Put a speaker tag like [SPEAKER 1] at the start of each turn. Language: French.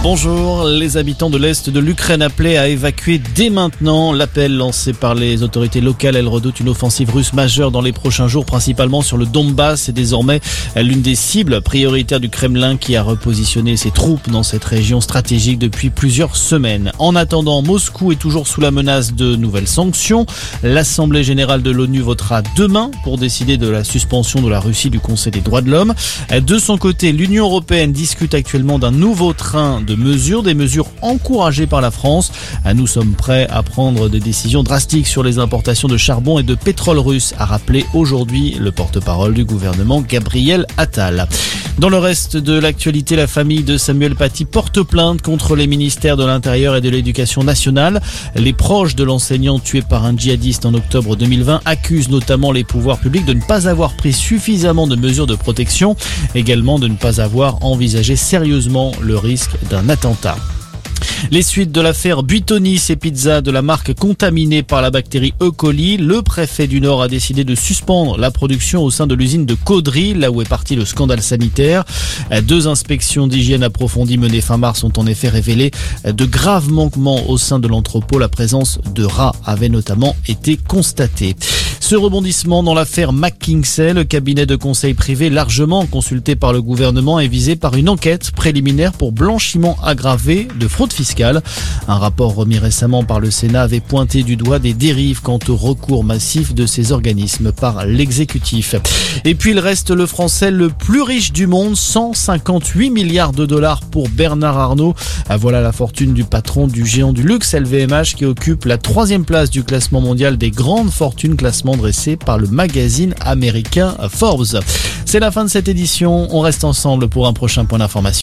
[SPEAKER 1] Bonjour, les habitants de l'Est de l'Ukraine appelés à évacuer dès maintenant. L'appel lancé par les autorités locales, elles redoutent une offensive russe majeure dans les prochains jours, principalement sur le Donbass. C'est désormais l'une des cibles prioritaires du Kremlin qui a repositionné ses troupes dans cette région stratégique depuis plusieurs semaines. En attendant, Moscou est toujours sous la menace de nouvelles sanctions. L'Assemblée générale de l'ONU votera demain pour décider de la suspension de la Russie du Conseil des droits de l'homme. De son côté, l'Union européenne discute actuellement d'un nouveau train de mesures, des mesures encouragées par la France. Nous sommes prêts à prendre des décisions drastiques sur les importations de charbon et de pétrole russe, a rappelé aujourd'hui le porte-parole du gouvernement Gabriel Attal. Dans le reste de l'actualité, la famille de Samuel Paty porte plainte contre les ministères de l'Intérieur et de l'Éducation nationale. Les proches de l'enseignant tué par un djihadiste en octobre 2020 accusent notamment les pouvoirs publics de ne pas avoir pris suffisamment de mesures de protection, également de ne pas avoir envisagé sérieusement le risque d'un attentat. Les suites de l'affaire Buitoni, ces pizzas de la marque contaminée par la bactérie E. coli. Le préfet du Nord a décidé de suspendre la production au sein de l'usine de Caudry, là où est parti le scandale sanitaire. 2 inspections d'hygiène approfondies menées fin mars ont en effet révélé de graves manquements au sein de l'entrepôt. La présence de rats avait notamment été constatée. Ce rebondissement dans l'affaire McKinsey, le cabinet de conseil privé largement consulté par le gouvernement est visé par une enquête préliminaire pour blanchiment aggravé de fraude fiscale. Un rapport remis récemment par le Sénat avait pointé du doigt des dérives quant au recours massif de ces organismes par l'exécutif. Et puis il reste le Français le plus riche du monde, 158 milliards de dollars pour Bernard Arnault. Voilà la fortune du patron du géant du luxe LVMH qui occupe la 3e place du classement mondial des grandes fortunes, classement dressé par le magazine américain Forbes. C'est la fin de cette édition. On reste ensemble pour un prochain point d'information.